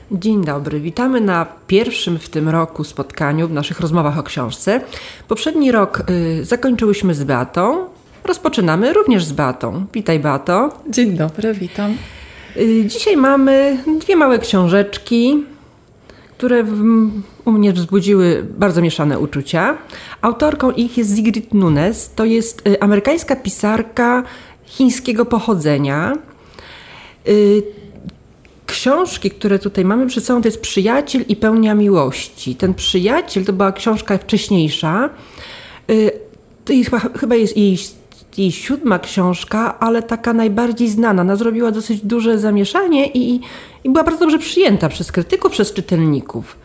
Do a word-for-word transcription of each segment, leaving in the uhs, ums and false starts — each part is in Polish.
Dzień dobry, witamy na pierwszym w tym roku spotkaniu w naszych rozmowach o książce. Poprzedni rok y, zakończyłyśmy z Beatą, rozpoczynamy również z Beatą. Witaj, Beato. Dzień dobry, witam. Y, dzisiaj mamy dwie małe książeczki, które w, u mnie wzbudziły bardzo mieszane uczucia. Autorką ich jest Sigrid Nunez, to jest y, amerykańska pisarka chińskiego pochodzenia. Y, Książki, które tutaj mamy przed sobą, to jest Przyjaciel i pełnia miłości. Ten Przyjaciel to była książka wcześniejsza. To jest, chyba jest jej, jej siódma książka, ale taka najbardziej znana. Ona zrobiła dosyć duże zamieszanie i, i była bardzo dobrze przyjęta przez krytyków, przez czytelników.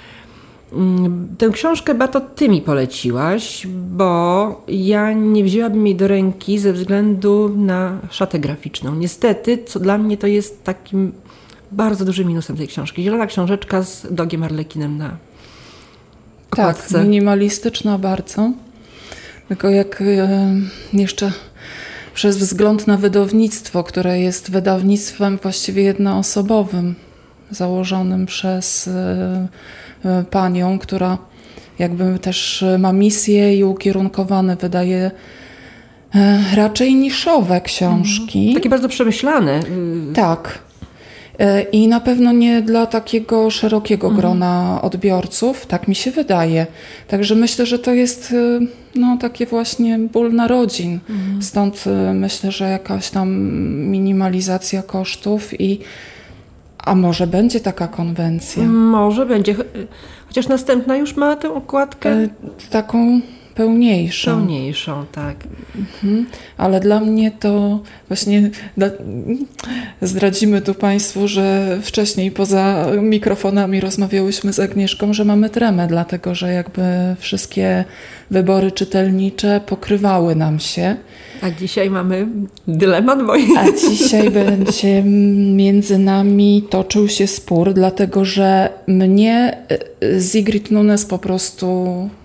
Tę książkę, Beato, ty mi poleciłaś, bo ja nie wzięłabym jej do ręki ze względu na szatę graficzną. Niestety, co dla mnie to jest takim bardzo dużym minusem tej książki. Zielona książeczka z dogiem Arlekinem na okładce. Tak, minimalistyczna bardzo. Tylko jak e, jeszcze przez wzgląd na wydawnictwo, które jest wydawnictwem właściwie jednoosobowym, założonym przez e, e, panią, która jakby też ma misję i ukierunkowane wydaje e, raczej niszowe książki. Mhm. Takie bardzo przemyślane. Tak. I na pewno nie dla takiego szerokiego grona mhm. odbiorców, tak mi się wydaje. Także myślę, że to jest no, takie właśnie ból narodzin. Mhm. Stąd myślę, że jakaś tam minimalizacja kosztów i a może będzie taka konwencja? Może będzie. Chociaż następna już ma tę okładkę. E, taką pełniejszą. Pełniejszą, tak. Mhm. Ale dla mnie to właśnie da, zdradzimy tu Państwu, że wcześniej poza mikrofonami rozmawiałyśmy z Agnieszką, że mamy tremę, dlatego że jakby wszystkie wybory czytelnicze pokrywały nam się. A dzisiaj mamy dylemat, bo... A dzisiaj będzie między nami toczył się spór, dlatego że mnie Sigrid Nunez po prostu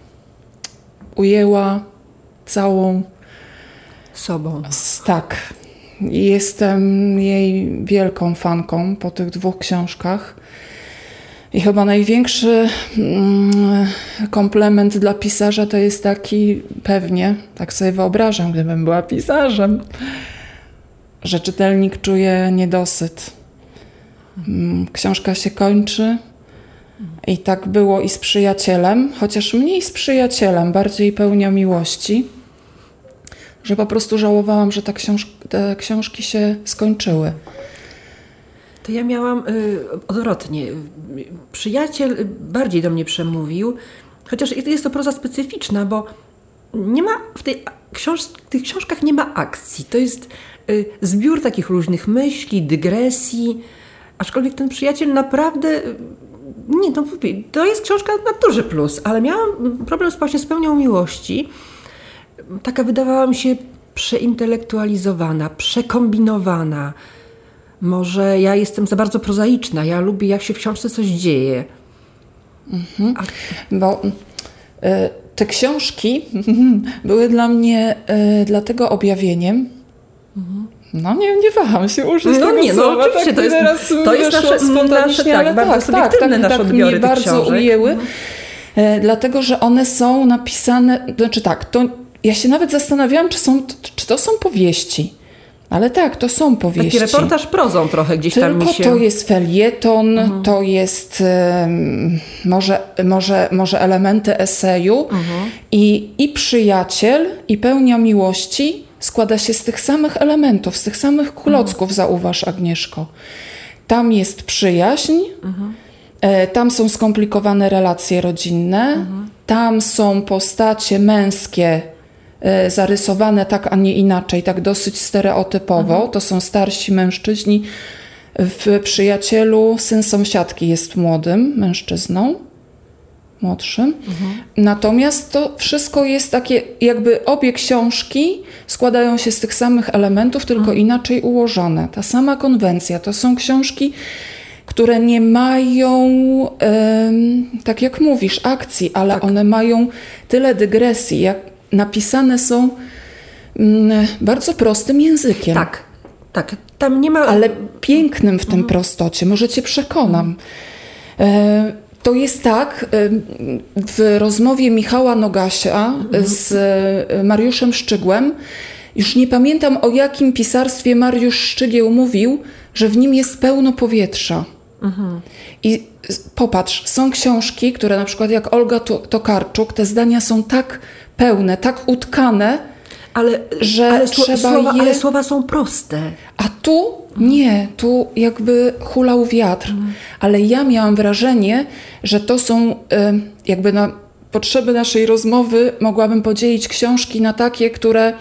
ujęła całą sobą. Tak. Jestem jej wielką fanką po tych dwóch książkach. I chyba największy mm, komplement dla pisarza to jest taki, pewnie, tak sobie wyobrażam, gdybym była pisarzem, że czytelnik czuje niedosyt. Książka się kończy. I tak było i z Przyjacielem, chociaż mniej z Przyjacielem, bardziej pełnia miłości, że po prostu żałowałam, że ta książ- te książki się skończyły. To ja miałam y, odwrotnie. Przyjaciel bardziej do mnie przemówił, chociaż jest to proza specyficzna, bo nie ma w tej książ- tych książkach nie ma akcji. To jest y, zbiór takich różnych myśli, dygresji, aczkolwiek ten Przyjaciel naprawdę... Y, Nie, to, to jest książka na duży plus, ale miałam problem właśnie z pełnią miłości. Taka wydawała mi się przeintelektualizowana, przekombinowana. Może ja jestem za bardzo prozaiczna, ja lubię, jak się w książce coś dzieje. Mhm. A... Bo y, te książki były dla mnie y, dlatego objawieniem. Mhm. No nie, nie waham się użyć no tego nie, słowa. No oczywiście, tak to jest, teraz to jest nasze, nasze tak, ale bardzo tak, subiektywne tak, nasze tak, odbiory mnie bardzo książek. ujęły, mhm. e, dlatego, że one są napisane, znaczy tak, to ja się nawet zastanawiałam, czy, są, czy to są powieści. Ale tak, to są powieści. Taki reportaż prozą trochę gdzieś Tylko tam mi się... to jest felieton, mhm. to jest um, może, może, może elementy eseju mhm. i, i Przyjaciel, i Pełnia miłości składa się z tych samych elementów, z tych samych klocków, mhm. zauważ, Agnieszko. Tam jest przyjaźń, mhm. e, tam są skomplikowane relacje rodzinne, mhm. tam są postacie męskie e, zarysowane tak, a nie inaczej, tak dosyć stereotypowo. Mhm. To są starsi mężczyźni. W Przyjacielu syn sąsiadki jest młodym mężczyzną. młodszym. Mhm. Natomiast to wszystko jest takie, jakby obie książki składają się z tych samych elementów, tylko mhm. inaczej ułożone. Ta sama konwencja. To są książki, które nie mają, um, tak jak mówisz, akcji, ale tak. one mają tyle dygresji, jak napisane są um, bardzo prostym językiem. Tak. Tak, tam nie ma... Ale pięknym w tym mhm. prostocie, może cię przekonam. E, to jest tak, e, w rozmowie Michała Nogasia mhm. z Mariuszem Szczygłem, już nie pamiętam, o jakim pisarstwie Mariusz Szczygieł mówił, że w nim jest pełno powietrza. Mhm. I popatrz, są książki, które na przykład jak Olga Tokarczuk, te zdania są tak pełne, tak utkane, ale, że ale, trzeba słowa, je... ale słowa są proste. A tu nie, tu jakby hulał wiatr. Mhm. Ale ja miałam wrażenie, że to są jakby na potrzeby naszej rozmowy mogłabym podzielić książki na takie, które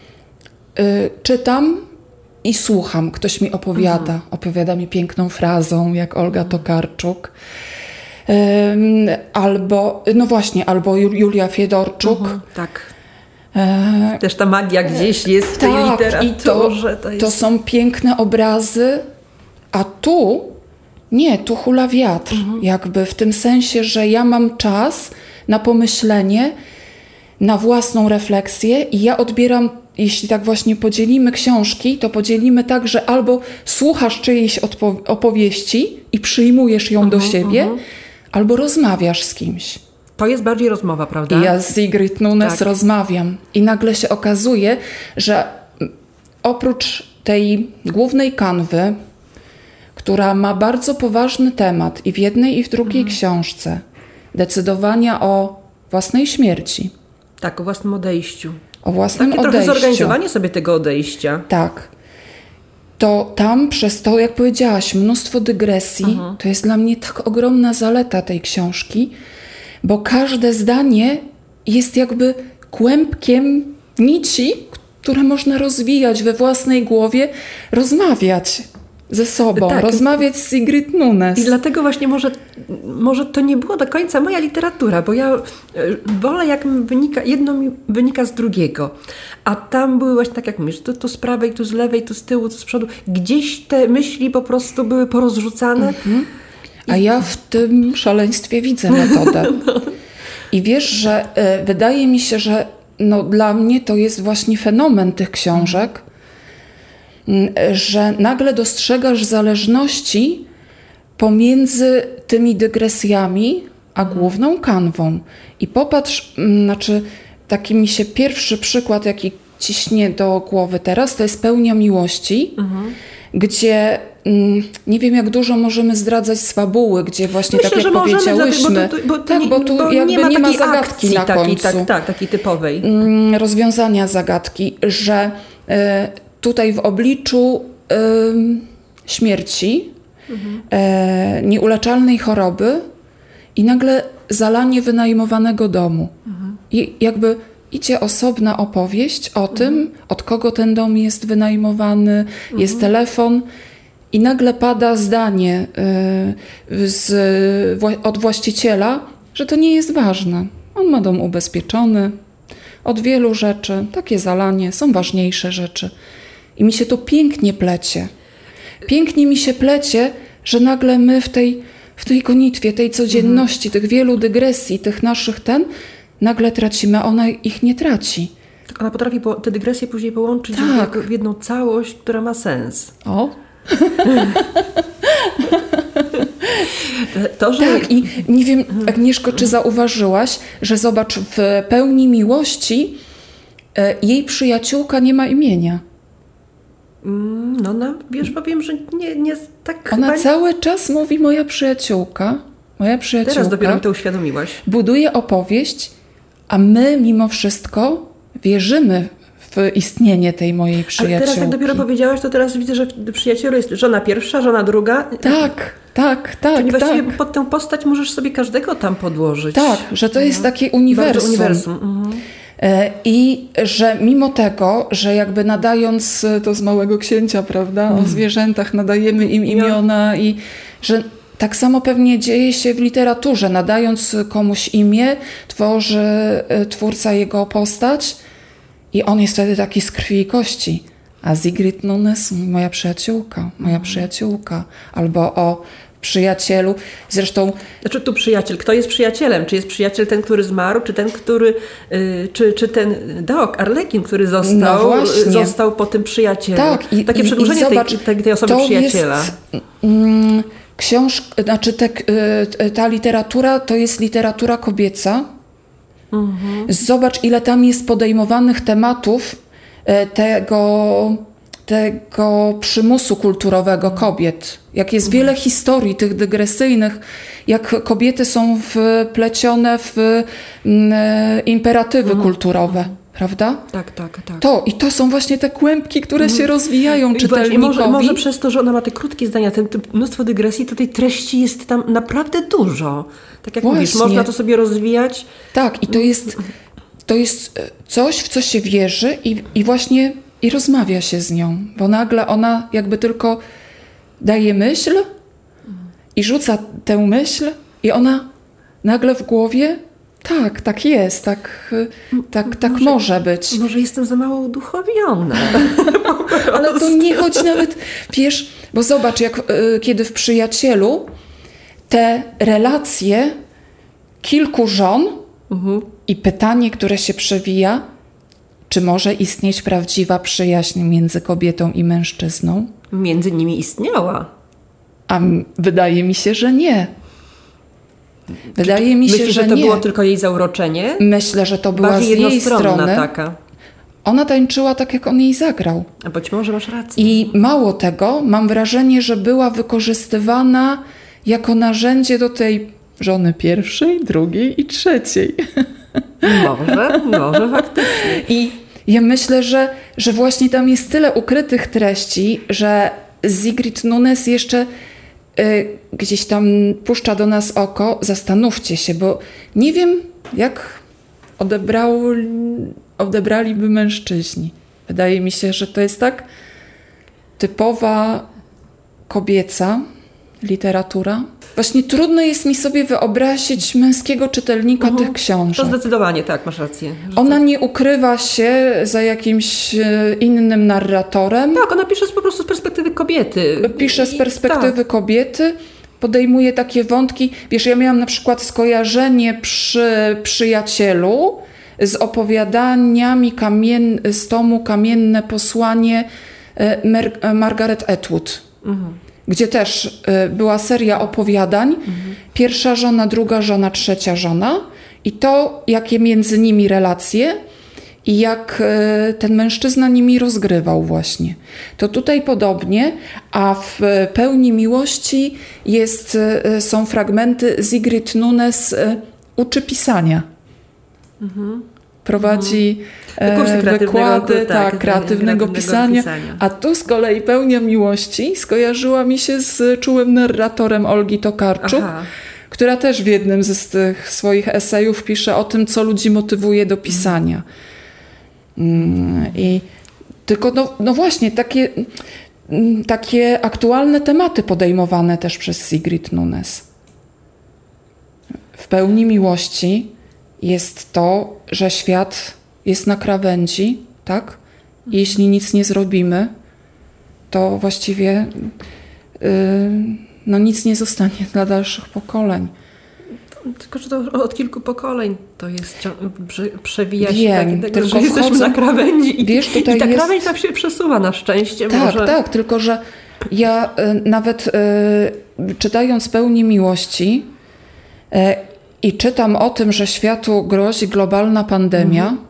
y, czytam i słucham. Ktoś mi opowiada. Mhm. Opowiada mi piękną frazą, jak Olga Tokarczuk. Ym, albo, no właśnie, albo Julia Fiedorczuk. Mhm, tak. E, Też ta magia gdzieś jest w tej tak, literaturze. I to, to, jest... to są piękne obrazy, a tu nie, tu hula wiatr. Mhm. Jakby w tym sensie, że ja mam czas na pomyślenie, na własną refleksję i ja odbieram, jeśli tak właśnie podzielimy książki, to podzielimy tak, że albo słuchasz czyjejś odpo- opowieści i przyjmujesz ją mhm, do siebie, mhm. albo rozmawiasz z kimś. To jest bardziej rozmowa, prawda? I ja z Sigrid Nunes tak. rozmawiam i nagle się okazuje, że oprócz tej głównej kanwy, która ma bardzo poważny temat i w jednej i w drugiej mhm. książce, decydowania o własnej śmierci. Tak, o własnym odejściu. O własnym Takie odejściu. trochę zorganizowanie sobie tego odejścia. Tak. To tam przez to, jak powiedziałaś, mnóstwo dygresji, mhm. to jest dla mnie tak ogromna zaleta tej książki, bo każde zdanie jest jakby kłębkiem nici, które można rozwijać we własnej głowie, rozmawiać ze sobą, tak. rozmawiać z Sigrid Nunes. I dlatego właśnie może, może to nie było do końca moja literatura, bo ja wolę jak wynika, jedno mi wynika z drugiego. A tam były właśnie tak jak mówisz, tu, tu z prawej, tu z lewej, tu z tyłu, tu z przodu. Gdzieś te myśli po prostu były porozrzucane. Mhm. A ja w tym szaleństwie widzę metodę. No. I wiesz, że y, wydaje mi się, że no, dla mnie to jest właśnie fenomen tych książek, y, że nagle dostrzegasz zależności pomiędzy tymi dygresjami a główną kanwą. I popatrz, y, znaczy taki mi się pierwszy przykład, jaki ciśnie do głowy teraz, to jest Pełnia miłości, mhm. gdzie nie wiem, jak dużo możemy zdradzać z fabuły, gdzie właśnie Myślę, tak jak powiedziałyśmy. Bo, bo, tak, bo tu bo jakby nie ma, nie ma zagadki akcji, na taki, końcu. Tak, tak, takiej typowej. Rozwiązania zagadki, że y, tutaj w obliczu y, śmierci, mhm. y, nieuleczalnej choroby i nagle zalanie wynajmowanego domu. Mhm. I jakby idzie osobna opowieść o mhm. tym, od kogo ten dom jest wynajmowany, mhm. jest telefon. I nagle pada zdanie y, z, od właściciela, że to nie jest ważne. On ma dom ubezpieczony od wielu rzeczy. Takie zalanie, są ważniejsze rzeczy. I mi się to pięknie plecie. Pięknie mi się plecie, że nagle my w tej, w tej gonitwie, tej codzienności, mhm. tych wielu dygresji, tych naszych ten, nagle tracimy, a ona ich nie traci. Tak, ona potrafi po, te dygresje później połączyć tak. w jedną całość, która ma sens. O! to, że... Tak, i nie wiem, Agnieszko, czy zauważyłaś, że zobacz, w Pełni miłości e, jej przyjaciółka nie ma imienia. No, no wiesz, powiem, że nie, nie tak... Ona chyba... cały czas mówi moja przyjaciółka, moja przyjaciółka. Teraz dopiero mi to uświadomiłaś. Buduje opowieść, a my mimo wszystko wierzymy w istnienie tej mojej przyjaciółki. Ale teraz jak dopiero powiedziałaś, to teraz widzę, że w przyjacielu jest żona pierwsza, żona druga. Tak, tak, tak. Czyli właściwie tak. pod tę postać możesz sobie każdego tam podłożyć. Tak, że to jest no. takie uniwersum. uniwersum. Mhm. I że mimo tego, że jakby nadając to z Małego Księcia, prawda, mhm. o zwierzętach nadajemy im imiona i że tak samo pewnie dzieje się w literaturze. Nadając komuś imię, tworzy twórca jego postać i on jest wtedy taki z krwi i kości. A Sigrid Nunes, moja przyjaciółka, moja mhm. przyjaciółka. Albo o przyjacielu. Zresztą... Znaczy tu przyjaciel. Kto jest przyjacielem? Czy jest przyjaciel ten, który zmarł, czy ten, który... Yy, czy, czy ten Doc, Arlekin, który został, no został po tym przyjacielu. Tak. I, Takie i, przedłużenie i zobacz, tej, tej, tej osoby to przyjaciela. Jest, mm, książka, znaczy te, ta literatura to jest literatura kobieca. Mhm. Zobacz, ile tam jest podejmowanych tematów tego... tego przymusu kulturowego kobiet. Jak jest wiele historii tych dygresyjnych, jak kobiety są wplecione w imperatywy mm. kulturowe, prawda? Tak, tak, tak. To i to są właśnie te kłębki, które mm. się rozwijają I czytelnikowi. Może, może przez to, że ona ma te krótkie zdania, ten, ten mnóstwo dygresji, to tej treści jest tam naprawdę dużo. Tak jak właśnie. Mówisz, można to sobie rozwijać. Tak, i to jest, to jest coś, w co się wierzy i, i właśnie i rozmawia się z nią, bo nagle ona jakby tylko daje myśl i rzuca tę myśl i ona nagle w głowie, tak, tak jest, tak, tak, tak może, może być. Może jestem za mało uduchowiona. Ale to nie chodzi nawet, wiesz, bo zobacz, jak kiedy w Przyjacielu te relacje kilku żon mhm. i pytanie, które się przewija, czy może istnieć prawdziwa przyjaźń między kobietą i mężczyzną? Między nimi istniała. A wydaje mi się, że nie. Wydaje mi się, Myślisz, że, że to nie. było tylko jej zauroczenie? Myślę, że to była z jej strony. Taka. Ona tańczyła tak, jak on jej zagrał. A być może masz rację. I mało tego, mam wrażenie, że była wykorzystywana jako narzędzie do tej żony pierwszej, drugiej i trzeciej. Może, może faktycznie. I ja myślę, że, że właśnie tam jest tyle ukrytych treści, że Sigrid Nunes jeszcze y, gdzieś tam puszcza do nas oko. Zastanówcie się, bo nie wiem, jak odebrał, odebraliby mężczyźni. Wydaje mi się, że to jest tak typowa kobieca literatura. Właśnie trudno jest mi sobie wyobrazić męskiego czytelnika uh-huh. tych książek. To zdecydowanie tak, masz rację. Ona tak. nie ukrywa się za jakimś innym narratorem. Tak, ona pisze po prostu z perspektywy kobiety. Pisze z perspektywy tak. kobiety, podejmuje takie wątki. Wiesz, ja miałam na przykład skojarzenie przy Przyjacielu z opowiadaniami kamien- z tomu Kamienne posłanie Mer- Margaret Atwood. Mhm. Gdzie też była seria opowiadań. Mhm. Pierwsza żona, druga żona, trzecia żona. I to, jakie między nimi relacje i jak ten mężczyzna nimi rozgrywał właśnie. To tutaj podobnie, a w Pełni miłości jest, są fragmenty. Sigrid Nunes uczy pisania. Mhm. Prowadzi mhm. wykłady tak, tak, kreatywnego, kreatywnego pisania. pisania. A tu z kolei Pełnia miłości skojarzyła mi się z czułym narratorem Olgi Tokarczuk, Aha. która też w jednym z tych swoich esejów pisze o tym, co ludzi motywuje do pisania. Mm, I tylko no, no właśnie, takie, takie aktualne tematy podejmowane też przez Sigrid Nunes. W Pełni miłości jest to, że świat jest na krawędzi, tak? I jeśli nic nie zrobimy, to właściwie yy, no nic nie zostanie dla dalszych pokoleń. Tylko, że to od kilku pokoleń to jest, przewija się Wiem, tak, tylko że jesteśmy wchodzą, na krawędzi i, wiesz, tutaj i ta jest... krawędź tam się przesuwa na szczęście. Tak, może... tak, tylko że ja y, nawet y, czytając Pełni miłości y, i czytam o tym, że światu grozi globalna pandemia mhm.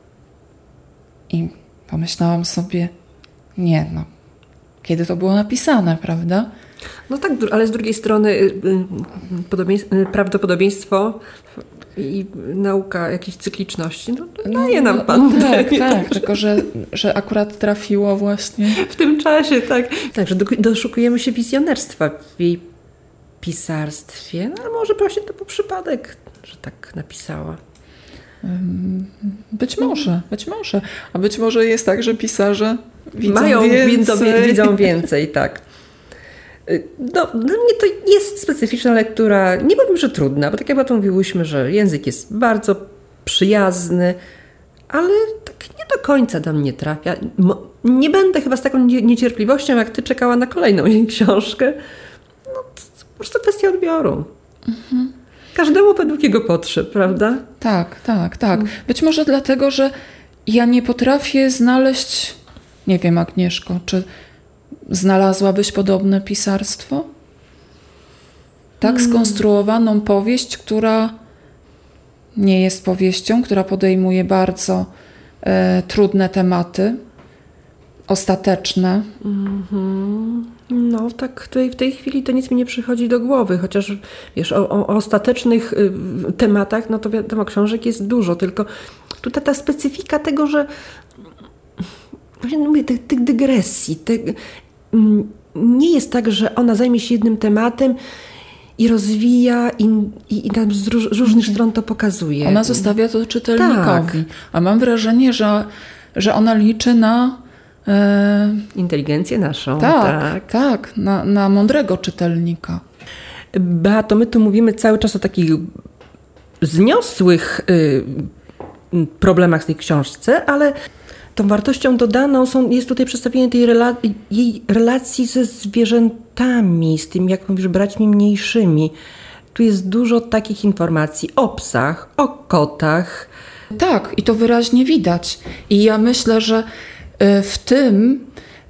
i pomyślałam sobie, nie no, kiedy to było napisane, prawda? No tak, ale z drugiej strony prawdopodobieństwo i nauka jakiejś cykliczności no, daje nam pandemię. Tak, tak, tylko że, że akurat trafiło właśnie. W tym czasie, tak. Także doszukujemy się wizjonerstwa w jej pisarstwie, no ale może właśnie to był przypadek, że tak napisała. Być może, być może. A być może jest tak, że pisarze widzą Mają, więcej. Widzą, widzą więcej, tak. No, dla mnie to jest specyficzna lektura. Nie powiem, że trudna, bo tak jak o tym mówiłyśmy, że język jest bardzo przyjazny, ale tak nie do końca do mnie trafia. Nie będę chyba z taką niecierpliwością, jak ty, czekała na kolejną jej książkę. No, to, to po prostu kwestia odbioru. Mhm. Każdemu według jego potrzeb, prawda? Tak, tak, tak. Być może dlatego, że ja nie potrafię znaleźć, nie wiem, Agnieszko, czy znalazłabyś podobne pisarstwo? Tak hmm. skonstruowaną powieść, która nie jest powieścią, która podejmuje bardzo e, trudne tematy, ostateczne. Mm-hmm. No tak tutaj w tej chwili to nic mi nie przychodzi do głowy, chociaż wiesz, o, o ostatecznych y, tematach, no to wiadomo, książek jest dużo, tylko tutaj ta specyfika tego, że właśnie mówię, tych, tych dygresji, te, y, nie jest tak, że ona zajmie się jednym tematem i rozwija i, i, i nam z róż, różnych stron to pokazuje. Ona zostawia to czytelnikowi. Tak. A mam wrażenie, że, że ona liczy na e... inteligencję naszą. Tak, tak, tak na, na mądrego czytelnika. Beato, my tu mówimy cały czas o takich wzniosłych y, problemach w tej książce, ale tą wartością dodaną są, jest tutaj przedstawienie tej rela- jej relacji ze zwierzętami, z tym, jak mówisz, braćmi mniejszymi. Tu jest dużo takich informacji o psach, o kotach. Tak, i to wyraźnie widać. I ja myślę, że w tym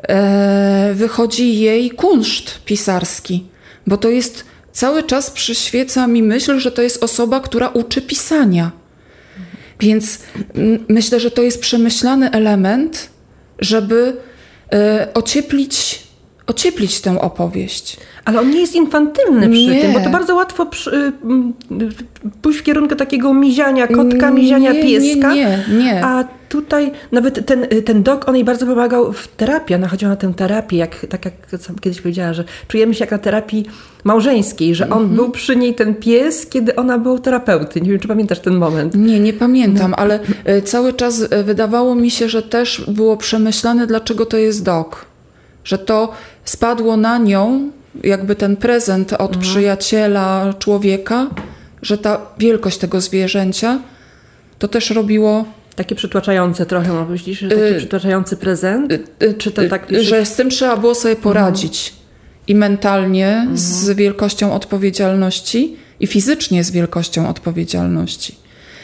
wychodzi jej kunszt pisarski, bo to jest, cały czas przyświeca mi myśl, że to jest osoba, która uczy pisania. Więc myślę, że to jest przemyślany element, żeby ocieplić, ocieplić tę opowieść. Ale on nie jest infantylny przy nie. tym, bo to bardzo łatwo przy, pójść w kierunku takiego miziania kotka, miziania nie, pieska. Nie, nie, nie. A tutaj nawet ten, ten dok, on jej bardzo pomagał w terapii. Ona chodziła na tę terapię, jak, tak jak sam kiedyś powiedziała, że czujemy się jak na terapii małżeńskiej, że on mm-hmm. był przy niej, ten pies, kiedy ona była u terapeuty. Nie wiem, czy pamiętasz ten moment. Nie, nie pamiętam, no. ale cały czas wydawało mi się, że też było przemyślane, dlaczego to jest dok. Że to spadło na nią, jakby ten prezent od mhm. przyjaciela człowieka, że ta wielkość tego zwierzęcia to też robiło... Takie przytłaczające trochę, no myślisz, że taki y- przytłaczający prezent? Y- Czy to tak, y- że z tym trzeba było sobie poradzić. Mhm. I mentalnie mhm. z wielkością odpowiedzialności i fizycznie z wielkością odpowiedzialności.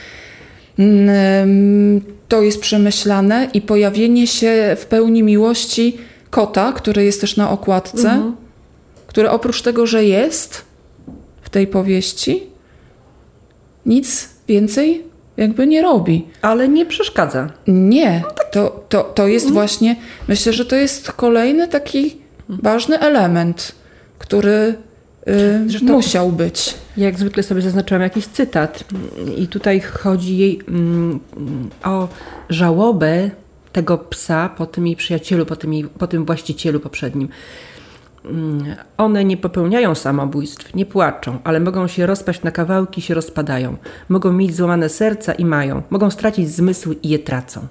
To jest przemyślane i pojawienie się w pełni miłości kota, który jest też na okładce, mhm. który oprócz tego, że jest w tej powieści, nic więcej jakby nie robi. Ale nie przeszkadza. Nie. To, to, to jest właśnie, myślę, że to jest kolejny taki ważny element, który y, musiał być. Jak zwykle sobie zaznaczyłam jakiś cytat i tutaj chodzi jej mm, o żałobę tego psa po tym jej przyjacielu, po tym, jej, po tym właścicielu poprzednim. One nie popełniają samobójstw, nie płaczą, ale mogą się rozpaść na kawałki, się rozpadają. Mogą mieć złamane serca i mają. Mogą stracić zmysły i je tracą.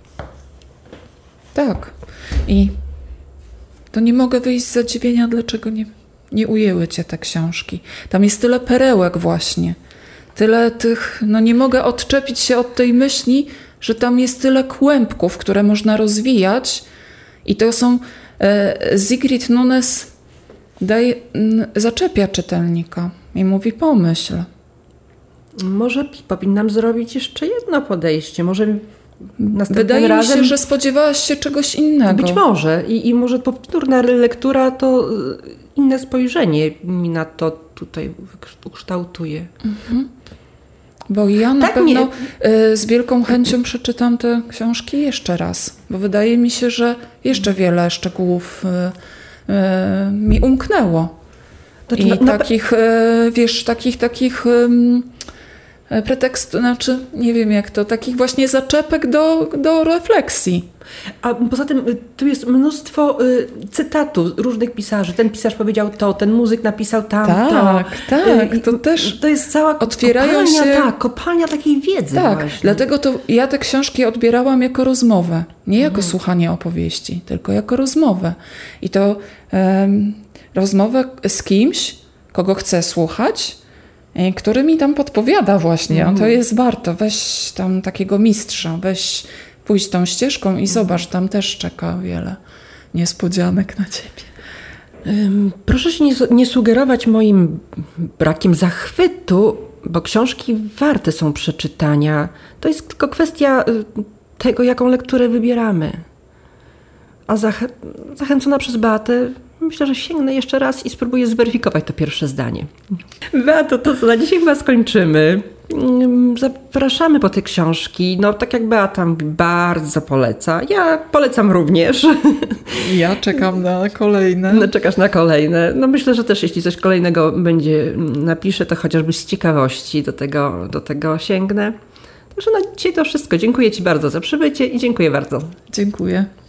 Tak. I to nie mogę wyjść z zadziwienia, dlaczego nie, nie ujęły cię te książki. Tam jest tyle perełek właśnie. Tyle tych, no nie mogę odczepić się od tej myśli, że tam jest tyle kłębków, które można rozwijać i to są e, Sigrid Nunes daje, n, zaczepia czytelnika i mówi pomyśl. Może powinnam zrobić jeszcze jedno podejście, może następnym Wydaje razem... mi się, że spodziewałaś się czegoś innego. Być może i, i może powtórna lektura to inne spojrzenie mi na to tutaj ukształtuje. Mhm. Bo ja na tak, pewno nie. z wielką chęcią przeczytam te książki jeszcze raz, bo wydaje mi się, że jeszcze wiele szczegółów mi umknęło. To I na, takich, na... wiesz, takich, takich pretekstów, znaczy nie wiem jak to, takich właśnie zaczepek do, do refleksji. A poza tym tu jest mnóstwo y, cytatów różnych pisarzy. Ten pisarz powiedział to, ten muzyk napisał tamto. Tak, tak. To też to jest cała otwierają kopalnia, się... tak, kopalnia takiej wiedzy. Tak, właśnie. Dlatego to ja te książki odbierałam jako rozmowę. Nie jako mhm. słuchanie opowieści, tylko jako rozmowę. I to um, rozmowę z kimś, kogo chcę słuchać, który mi tam podpowiada właśnie, Mhm. a to jest warto, weź tam takiego mistrza, weź pójść tą ścieżką i zobacz, tam też czeka wiele niespodzianek na ciebie. Proszę się nie, nie sugerować moim brakiem zachwytu, bo książki warte są przeczytania. To jest tylko kwestia tego, jaką lekturę wybieramy. A zach- zachęcona przez Beatę, myślę, że sięgnę jeszcze raz i spróbuję zweryfikować to pierwsze zdanie. Beato, to co, na dzisiaj chyba skończymy. Zapraszamy po te książki. No tak jak Beata mówi, bardzo poleca. Ja polecam również. Ja czekam na kolejne. No, czekasz na kolejne. No myślę, że też jeśli coś kolejnego będzie napiszę, to chociażby z ciekawości do tego, do tego sięgnę. Także na dzisiaj to wszystko. Dziękuję Ci bardzo za przybycie i dziękuję bardzo. Dziękuję.